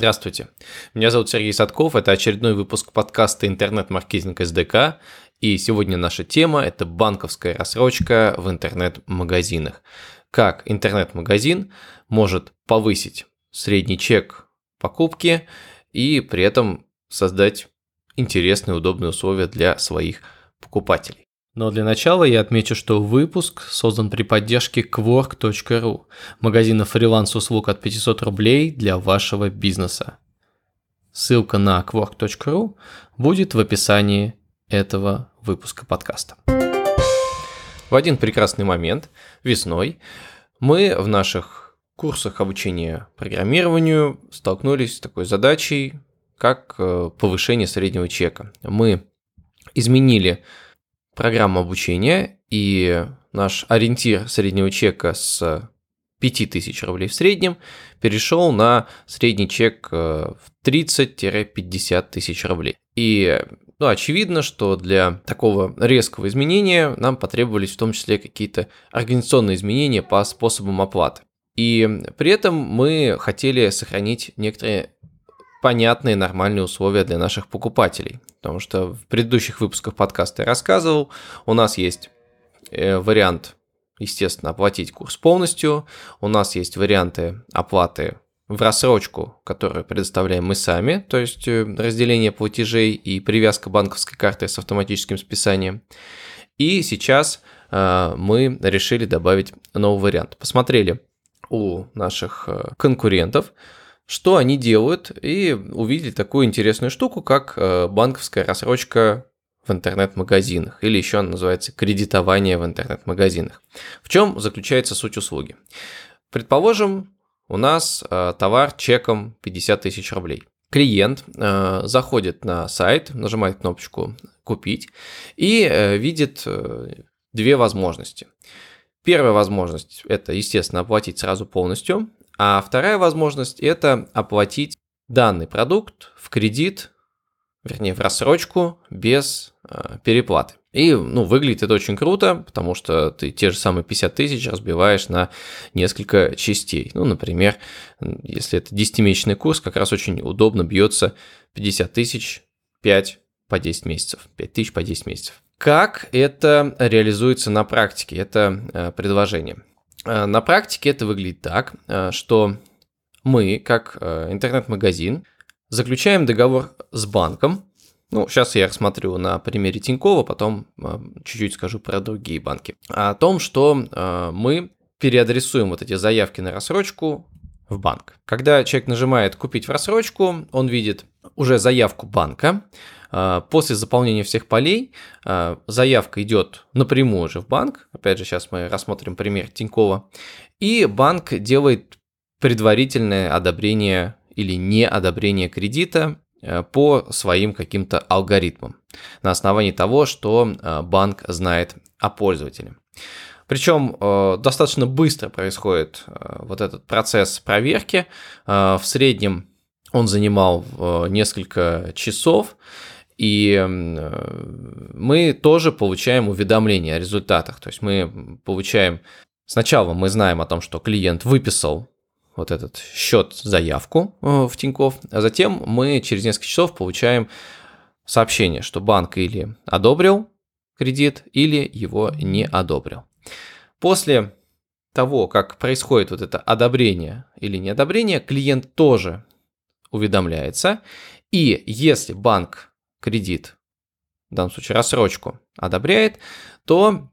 Здравствуйте, меня зовут Сергей Садков, это очередной выпуск подкаста «Интернет-маркетинг СДК», и сегодня наша тема – это банковская рассрочка в интернет-магазинах. Как интернет-магазин может повысить средний чек покупки и при этом создать интересные, удобные условия для своих покупателей. Но для начала я отмечу, что выпуск создан при поддержке Quark.ru, магазина фриланс-услуг от 500 рублей для вашего бизнеса. Ссылка на Quark.ru будет в описании этого выпуска подкаста. В один прекрасный момент, весной, мы в наших курсах обучения программированию столкнулись с такой задачей, как повышение среднего чека. Мы изменили программу обучения, и наш ориентир среднего чека с 5000 рублей в среднем перешел на средний чек в 30-50 тысяч рублей. И очевидно, что для такого резкого изменения нам потребовались в том числе какие-то организационные изменения по способам оплаты. И при этом мы хотели сохранить некоторые понятные, нормальные условия для наших покупателей. Потому что в предыдущих выпусках подкаста я рассказывал, у нас есть вариант, естественно, оплатить курс полностью, у нас есть варианты оплаты в рассрочку, которую предоставляем мы сами, то есть разделение платежей и привязка банковской карты с автоматическим списанием. И сейчас мы решили добавить новый вариант. Посмотрели у наших конкурентов, что они делают, и увидели такую интересную штуку, как банковская рассрочка в интернет-магазинах, или еще она называется кредитование в интернет-магазинах. В чем заключается суть услуги? Предположим, у нас товар чеком 50 тысяч рублей. Клиент заходит на сайт, нажимает кнопочку «Купить» и видит две возможности. Первая возможность – это, естественно, оплатить сразу полностью. А вторая возможность – это оплатить данный продукт в кредит, вернее, в рассрочку без переплаты. И выглядит это очень круто, потому что ты те же самые 50 тысяч разбиваешь на несколько частей. Например, если это 10-месячный курс, как раз очень удобно бьется 50 тысяч 5 по 10 месяцев, 5 тысяч по 10 месяцев. Как это реализуется на практике, это предложение? На практике это выглядит так, что мы, как интернет-магазин, заключаем договор с банком. Сейчас я рассмотрю на примере Тинькова, потом чуть-чуть скажу про другие банки. О том, что мы переадресуем вот эти заявки на рассрочку в банк. Когда человек нажимает «Купить в рассрочку», он видит уже заявку банка. После заполнения всех полей заявка идет напрямую же в банк. Опять же, сейчас мы рассмотрим пример Тинькова. И банк делает предварительное одобрение или неодобрение кредита по своим каким-то алгоритмам на основании того, что банк знает о пользователе. Причем достаточно быстро происходит вот этот процесс проверки. В среднем он занимал несколько часов. И мы тоже получаем уведомления о результатах. То есть мы получаем... Сначала мы знаем о том, что клиент выписал вот этот счет, заявку в Тинькофф, а затем мы через несколько часов получаем сообщение, что банк или одобрил кредит, или его не одобрил. После того, как происходит вот это одобрение или неодобрение, клиент тоже уведомляется. И если банк кредит, в данном случае рассрочку, одобряет, то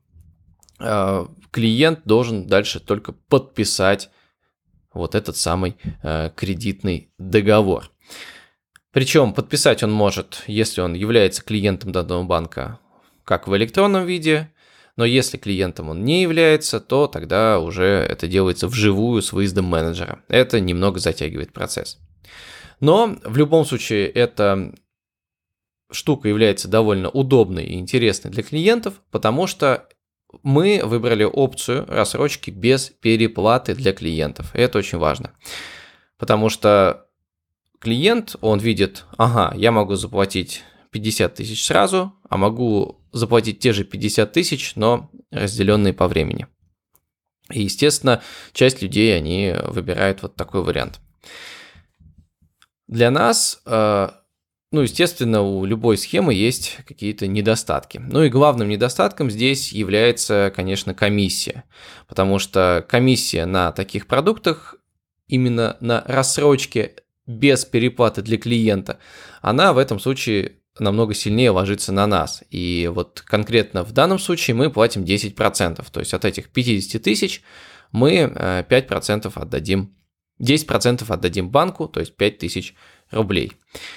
клиент должен дальше только подписать вот этот самый кредитный договор. Причем подписать он может, если он является клиентом данного банка, как в электронном виде, но если клиентом он не является, то тогда уже это делается вживую с выездом менеджера. Это немного затягивает процесс. Но в любом случае эта штука является довольно удобной и интересной для клиентов, потому что мы выбрали опцию рассрочки без переплаты для клиентов. И это очень важно, потому что клиент, он видит, я могу заплатить 50 тысяч сразу, а могу заплатить те же 50 тысяч, но разделенные по времени. И, естественно, часть людей, они выбирают вот такой вариант. Для нас, естественно, у любой схемы есть какие-то недостатки. Ну и главным недостатком здесь является, конечно, комиссия, потому что комиссия на таких продуктах, именно на рассрочке без переплаты для клиента, она в этом случае намного сильнее ложится на нас. И вот конкретно в данном случае мы платим 10%, то есть от этих 50 тысяч мы 5% отдадим, 10% отдадим банку, то есть 5000 рублей.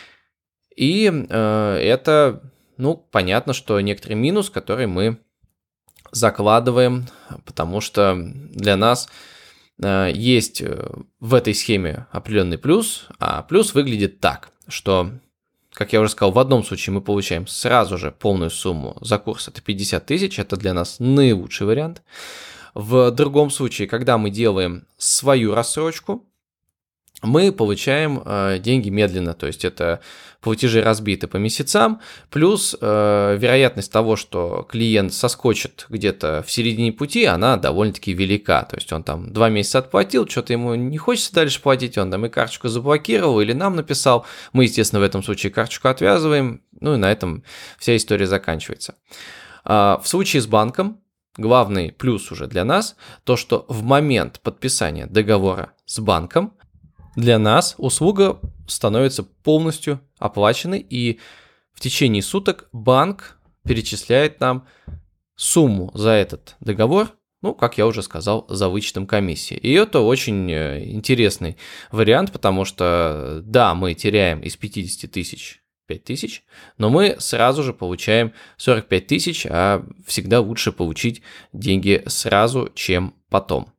И это, понятно, что некоторый минус, который мы закладываем, потому что для нас есть в этой схеме определенный плюс, а плюс выглядит так, что, как я уже сказал, в одном случае мы получаем сразу же полную сумму за курс, это 50 тысяч, это для нас наилучший вариант. В другом случае, когда мы делаем свою рассрочку, мы получаем деньги медленно, то есть это платежи разбиты по месяцам, плюс вероятность того, что клиент соскочит где-то в середине пути, она довольно-таки велика, то есть он там 2 месяца отплатил, что-то ему не хочется дальше платить, он там и карточку заблокировал или нам написал, мы, естественно, в этом случае карточку отвязываем, и на этом вся история заканчивается. В случае с банком главный плюс уже для нас, то, что в момент подписания договора с банком для нас услуга становится полностью оплаченной, и в течение суток банк перечисляет нам сумму за этот договор, как я уже сказал, за вычетом комиссии. И это очень интересный вариант, потому что, да, мы теряем из 50 тысяч 5 тысяч, но мы сразу же получаем 45 тысяч, а всегда лучше получить деньги сразу, чем потом.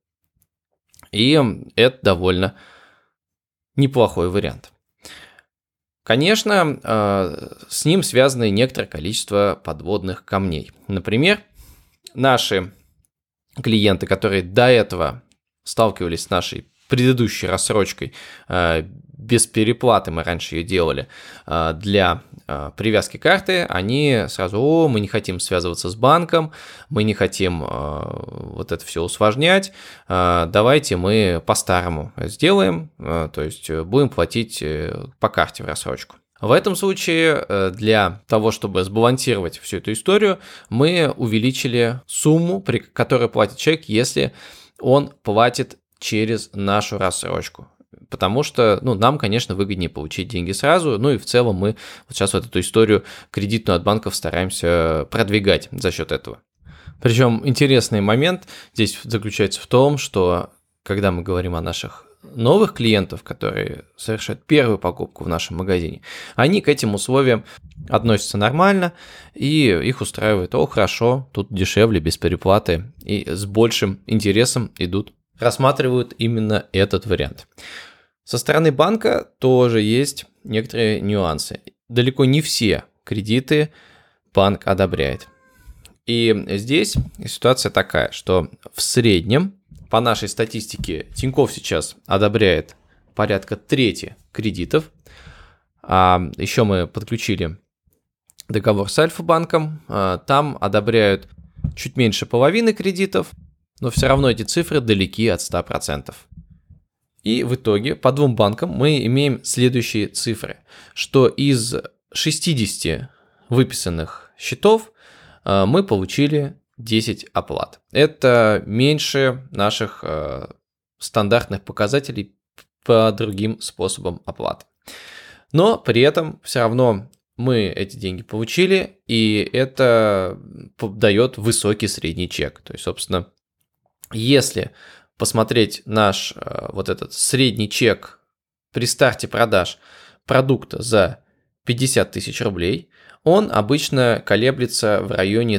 И это довольно неплохой вариант. Конечно, с ним связано некоторое количество подводных камней. Например, наши клиенты, которые до этого сталкивались с нашей предыдущей рассрочкой, без переплаты, мы раньше ее делали, для привязки карты, они сразу: мы не хотим связываться с банком, мы не хотим вот это все усложнять, давайте мы по-старому сделаем, то есть будем платить по карте в рассрочку. В этом случае для того, чтобы сбалансировать всю эту историю, мы увеличили сумму, при которой платит человек, если он платит через нашу рассрочку. Потому что, нам, конечно, выгоднее получить деньги сразу, и в целом мы вот сейчас вот эту историю кредитную от банков стараемся продвигать за счет этого. Причем интересный момент здесь заключается в том, что когда мы говорим о наших новых клиентов, которые совершают первую покупку в нашем магазине, они к этим условиям относятся нормально, и их устраивает: хорошо, тут дешевле, без переплаты, и с большим интересом рассматривают именно этот вариант. Со стороны банка тоже есть некоторые нюансы. Далеко не все кредиты банк одобряет. И здесь ситуация такая, что в среднем, по нашей статистике, Тинькофф сейчас одобряет порядка трети кредитов. А еще мы подключили договор с Альфа-банком, там одобряют чуть меньше половины кредитов, но все равно эти цифры далеки от 100%. И в итоге по двум банкам мы имеем следующие цифры, что из 60 выписанных счетов мы получили 10 оплат. Это меньше наших стандартных показателей по другим способам оплаты. Но при этом все равно мы эти деньги получили, и это дает высокий средний чек. То есть, собственно, если посмотреть наш вот этот средний чек при старте продаж продукта за 50 тысяч рублей, он обычно колеблется в районе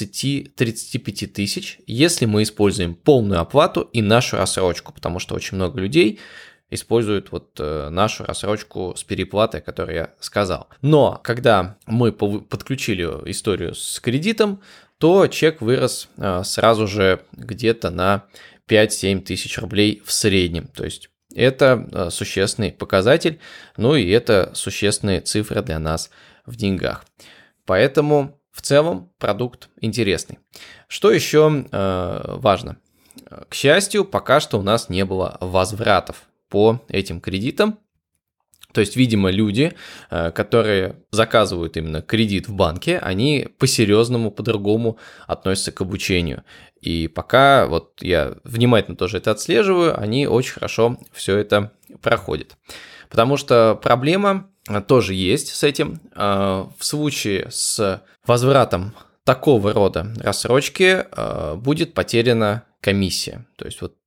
30-35 тысяч, если мы используем полную оплату и нашу рассрочку, потому что очень много людей используют вот нашу рассрочку с переплатой, о которой я сказал. Но когда мы подключили историю с кредитом, то чек вырос сразу же где-то на 5-7 тысяч рублей в среднем. То есть это существенный показатель, и это существенные цифры для нас в деньгах. Поэтому в целом продукт интересный. Что еще важно? К счастью, пока что у нас не было возвратов по этим кредитам. То есть, видимо, люди, которые заказывают именно кредит в банке, они по-серьезному, по-другому относятся к обучению. И пока вот я внимательно тоже это отслеживаю, они очень хорошо все это проходят. Потому что проблема тоже есть с этим. В случае с возвратом такого рода рассрочки будет потеряна комиссия. То есть вот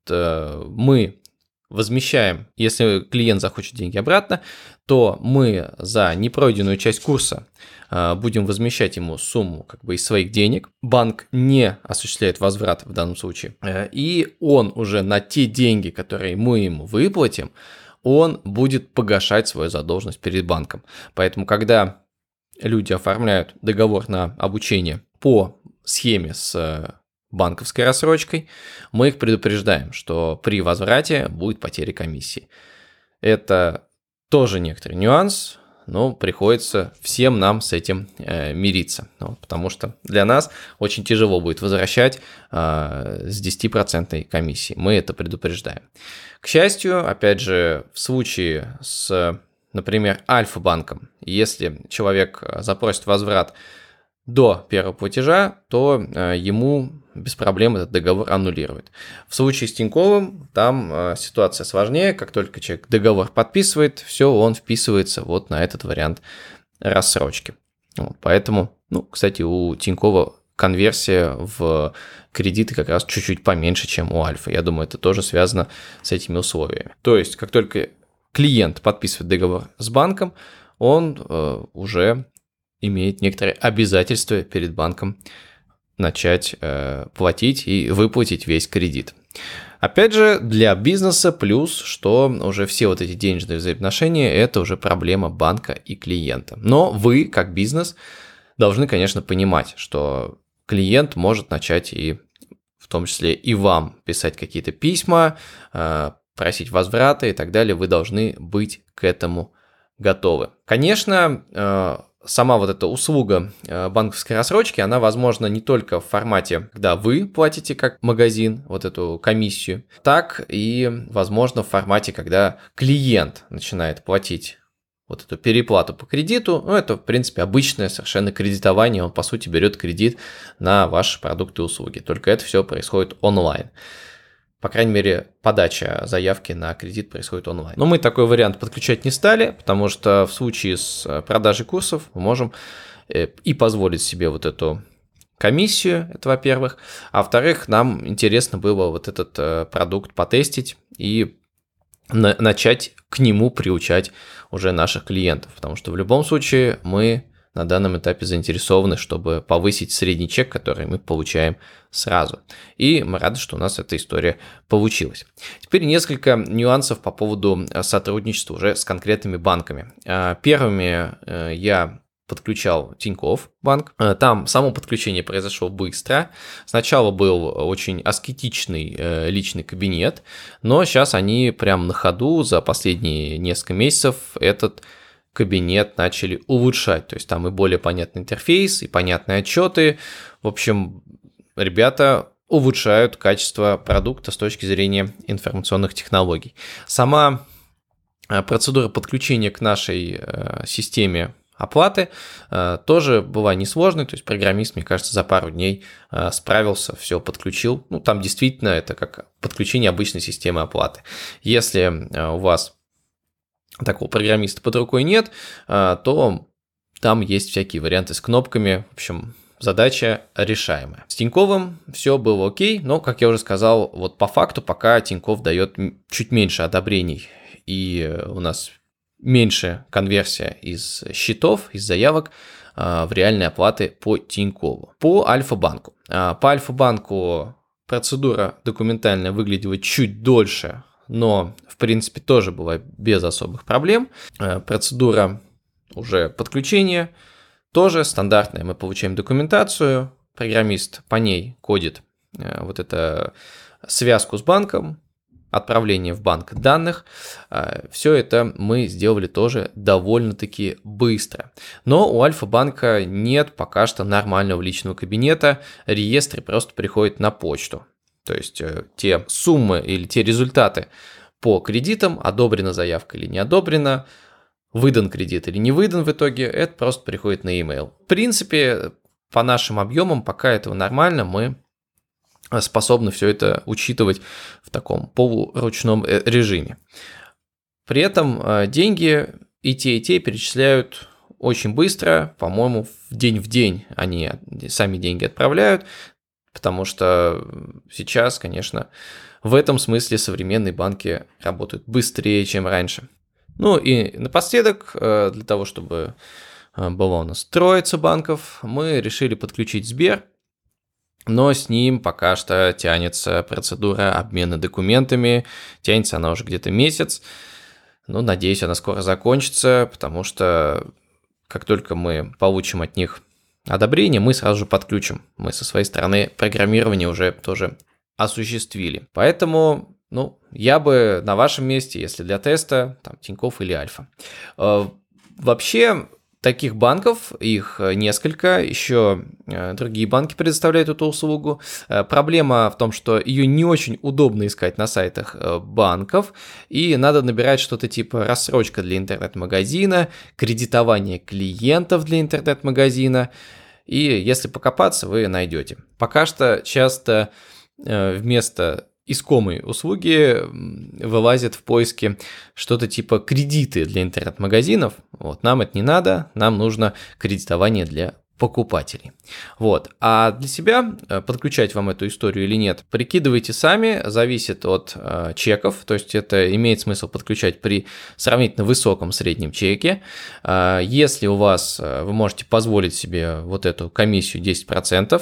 мы возмещаем, если клиент захочет деньги обратно, то мы за непройденную часть курса будем возмещать ему сумму как бы из своих денег. Банк не осуществляет возврат в данном случае. И он уже на те деньги, которые мы ему выплатим, он будет погашать свою задолженность перед банком. Поэтому, когда люди оформляют договор на обучение по схеме с банковской рассрочкой, мы их предупреждаем, что при возврате будет потеря комиссии. Это тоже некоторый нюанс, но приходится всем нам с этим мириться, потому что для нас очень тяжело будет возвращать с 10% комиссией. Мы это предупреждаем. К счастью, опять же, в случае с, например, Альфа-банком, если человек запросит возврат до первого платежа, то ему без проблем этот договор аннулирует. В случае с Тиньковым там ситуация сложнее. Как только человек договор подписывает, все, он вписывается вот на этот вариант рассрочки. Поэтому, кстати, у Тинькова конверсия в кредиты как раз чуть-чуть поменьше, чем у Альфа. Я думаю, это тоже связано с этими условиями. То есть, как только клиент подписывает договор с банком, он уже имеет некоторые обязательства перед банком начать платить и выплатить весь кредит. Опять же, для бизнеса плюс, что уже все вот эти денежные взаимоотношения – это уже проблема банка и клиента. Но вы, как бизнес, должны, конечно, понимать, что клиент может начать и в том числе и вам писать какие-то письма, просить возврата и так далее. Вы должны быть к этому готовы. Конечно, сама вот эта услуга банковской рассрочки, она возможна не только в формате, когда вы платите как магазин вот эту комиссию, так и возможно в формате, когда клиент начинает платить вот эту переплату по кредиту. Это, в принципе, обычное совершенно кредитование. Он, по сути, берет кредит на ваши продукты и услуги. Только это все происходит онлайн. По крайней мере, подача заявки на кредит происходит онлайн. Но мы такой вариант подключать не стали, потому что в случае с продажей курсов мы можем и позволить себе вот эту комиссию, это во-первых. А во-вторых, нам интересно было вот этот продукт потестить и начать к нему приучать уже наших клиентов. Потому что в любом случае мы на данном этапе заинтересованы, чтобы повысить средний чек, который мы получаем сразу. И мы рады, что у нас эта история получилась. Теперь несколько нюансов по поводу сотрудничества уже с конкретными банками. Первыми я подключал Тинькофф банк. Там само подключение произошло быстро. Сначала был очень аскетичный личный кабинет, но сейчас они прям на ходу за последние несколько месяцев этот кабинет начали улучшать. То есть там и более понятный интерфейс, и понятные отчеты. В общем, ребята улучшают качество продукта с точки зрения информационных технологий. Сама процедура подключения к нашей системе оплаты тоже была несложной, то есть программист, мне кажется, за пару дней справился, все подключил. Там действительно это как подключение обычной системы оплаты. Если у вас такого программиста под рукой нет, то там есть всякие варианты с кнопками. В общем, задача решаемая. С Тиньковым все было окей, но, как я уже сказал, вот по факту пока Тинькофф дает чуть меньше одобрений, и у нас меньше конверсия из счетов, из заявок в реальные оплаты по Тинькову. По Альфа-банку. По Альфа-банку процедура документальная выглядела чуть дольше, но, в принципе, тоже была без особых проблем. Процедура уже подключения тоже стандартная. Мы получаем документацию, программист по ней кодит вот эту связку с банком, отправление в банк данных. Все это мы сделали тоже довольно-таки быстро. Но у Альфа-банка нет пока что нормального личного кабинета. Реестры просто приходят на почту. То есть те суммы или те результаты по кредитам, одобрена заявка или не одобрена, выдан кредит или не выдан в итоге, это просто приходит на e-mail. В принципе, по нашим объемам пока этого нормально, мы способны все это учитывать в таком полуручном режиме. При этом деньги и те перечисляют очень быстро, по-моему, в день они сами деньги отправляют, потому что сейчас, конечно, в этом смысле современные банки работают быстрее, чем раньше. Ну и напоследок, для того, чтобы была у нас троица банков, мы решили подключить Сбер, но с ним пока что тянется процедура обмена документами, тянется она уже где-то месяц. Ну, надеюсь, она скоро закончится, потому что как только мы получим от них одобрение, мы сразу же подключим. Мы со своей стороны программирование уже тоже осуществили. Поэтому, я бы на вашем месте, если для теста, там, Тинькофф или Альфа. Вообще, таких банков, их несколько, еще другие банки предоставляют эту услугу. Проблема в том, что ее не очень удобно искать на сайтах банков, и надо набирать что-то типа рассрочка для интернет-магазина, кредитование клиентов для интернет-магазина, и если покопаться, вы найдете. Пока что часто вместо искомой услуги вылазит в поиске что-то типа кредиты для интернет-магазинов. Нам это не надо, нам нужно кредитование для покупателей. А для себя подключать вам эту историю или нет, прикидывайте сами, зависит от чеков, то есть это имеет смысл подключать при сравнительно высоком среднем чеке. Если у вас, вы можете позволить себе вот эту комиссию 10%,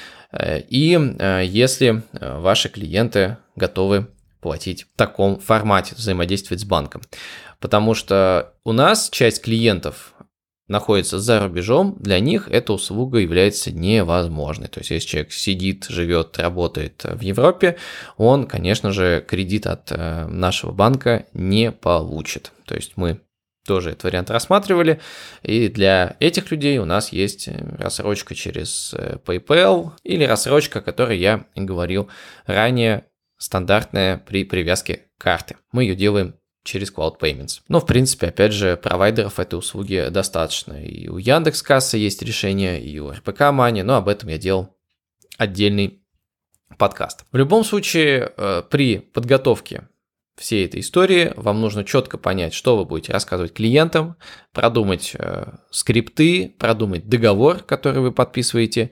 и если ваши клиенты готовы платить в таком формате, взаимодействовать с банком. Потому что у нас часть клиентов находится за рубежом, для них эта услуга является невозможной. То есть, если человек сидит, живет, работает в Европе, он, конечно же, кредит от нашего банка не получит. То есть, мы тоже этот вариант рассматривали, и для этих людей у нас есть рассрочка через PayPal или рассрочка, о которой я говорил ранее, стандартная при привязке карты. Мы ее делаем через Cloud Payments. Но, в принципе, опять же, провайдеров этой услуги достаточно. И у Яндекс.Кассы есть решение, и у РПК Money, но об этом я делал отдельный подкаст. В любом случае, при подготовке всей этой истории вам нужно четко понять, что вы будете рассказывать клиентам, продумать скрипты, продумать договор, который вы подписываете,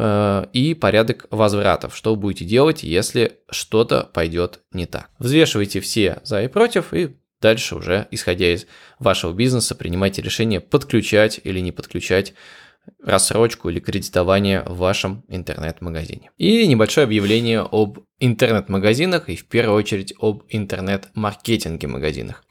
и порядок возвратов, что вы будете делать, если что-то пойдет не так. Взвешивайте все за и против, и дальше уже, исходя из вашего бизнеса, принимайте решение подключать или не подключать рассрочку или кредитование в вашем интернет-магазине. И небольшое объявление об интернет-магазинах и в первую очередь об интернет-маркетинге магазинах.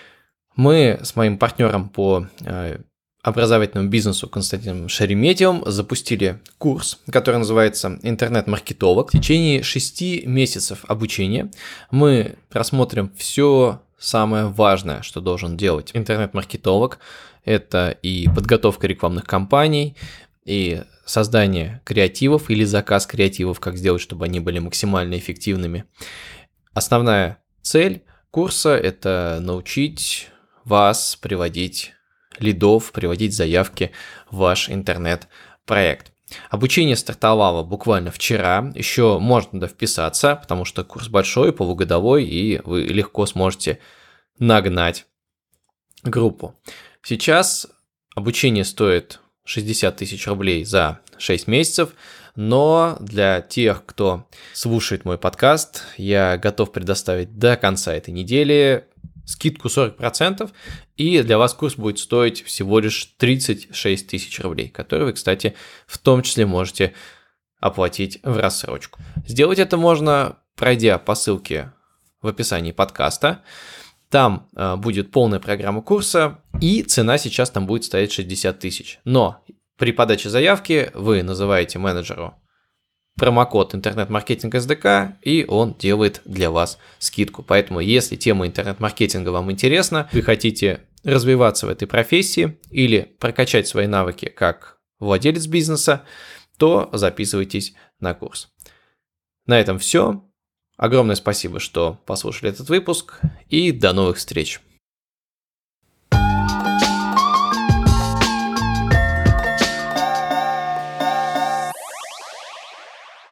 Мы с моим партнером по образовательному бизнесу Константином Шереметьевым запустили курс, который называется «Интернет-маркетолог». В течение 6 месяцев обучения мы рассмотрим все самое важное, что должен делать интернет-маркетолог. Это и подготовка рекламных кампаний, и создание креативов или заказ креативов, как сделать, чтобы они были максимально эффективными. Основная цель курса – это научить вас приводить лидов, приводить заявки в ваш интернет-проект. Обучение стартовало буквально вчера, еще можно туда вписаться, потому что курс большой, полугодовой, и вы легко сможете нагнать группу. Сейчас обучение стоит 60 тысяч рублей за 6 месяцев, но для тех, кто слушает мой подкаст, я готов предоставить до конца этой недели скидку 40%, и для вас курс будет стоить всего лишь 36 тысяч рублей, которые вы, кстати, в том числе можете оплатить в рассрочку. Сделать это можно, пройдя по ссылке в описании подкаста. Там будет полная программа курса, и цена сейчас там будет стоять 60 тысяч. Но при подаче заявки вы называете менеджеру промокод интернет-маркетинг СДК, и он делает для вас скидку. Поэтому, если тема интернет-маркетинга вам интересна, вы хотите развиваться в этой профессии или прокачать свои навыки как владелец бизнеса, то записывайтесь на курс. На этом все. Огромное спасибо, что послушали этот выпуск, и до новых встреч!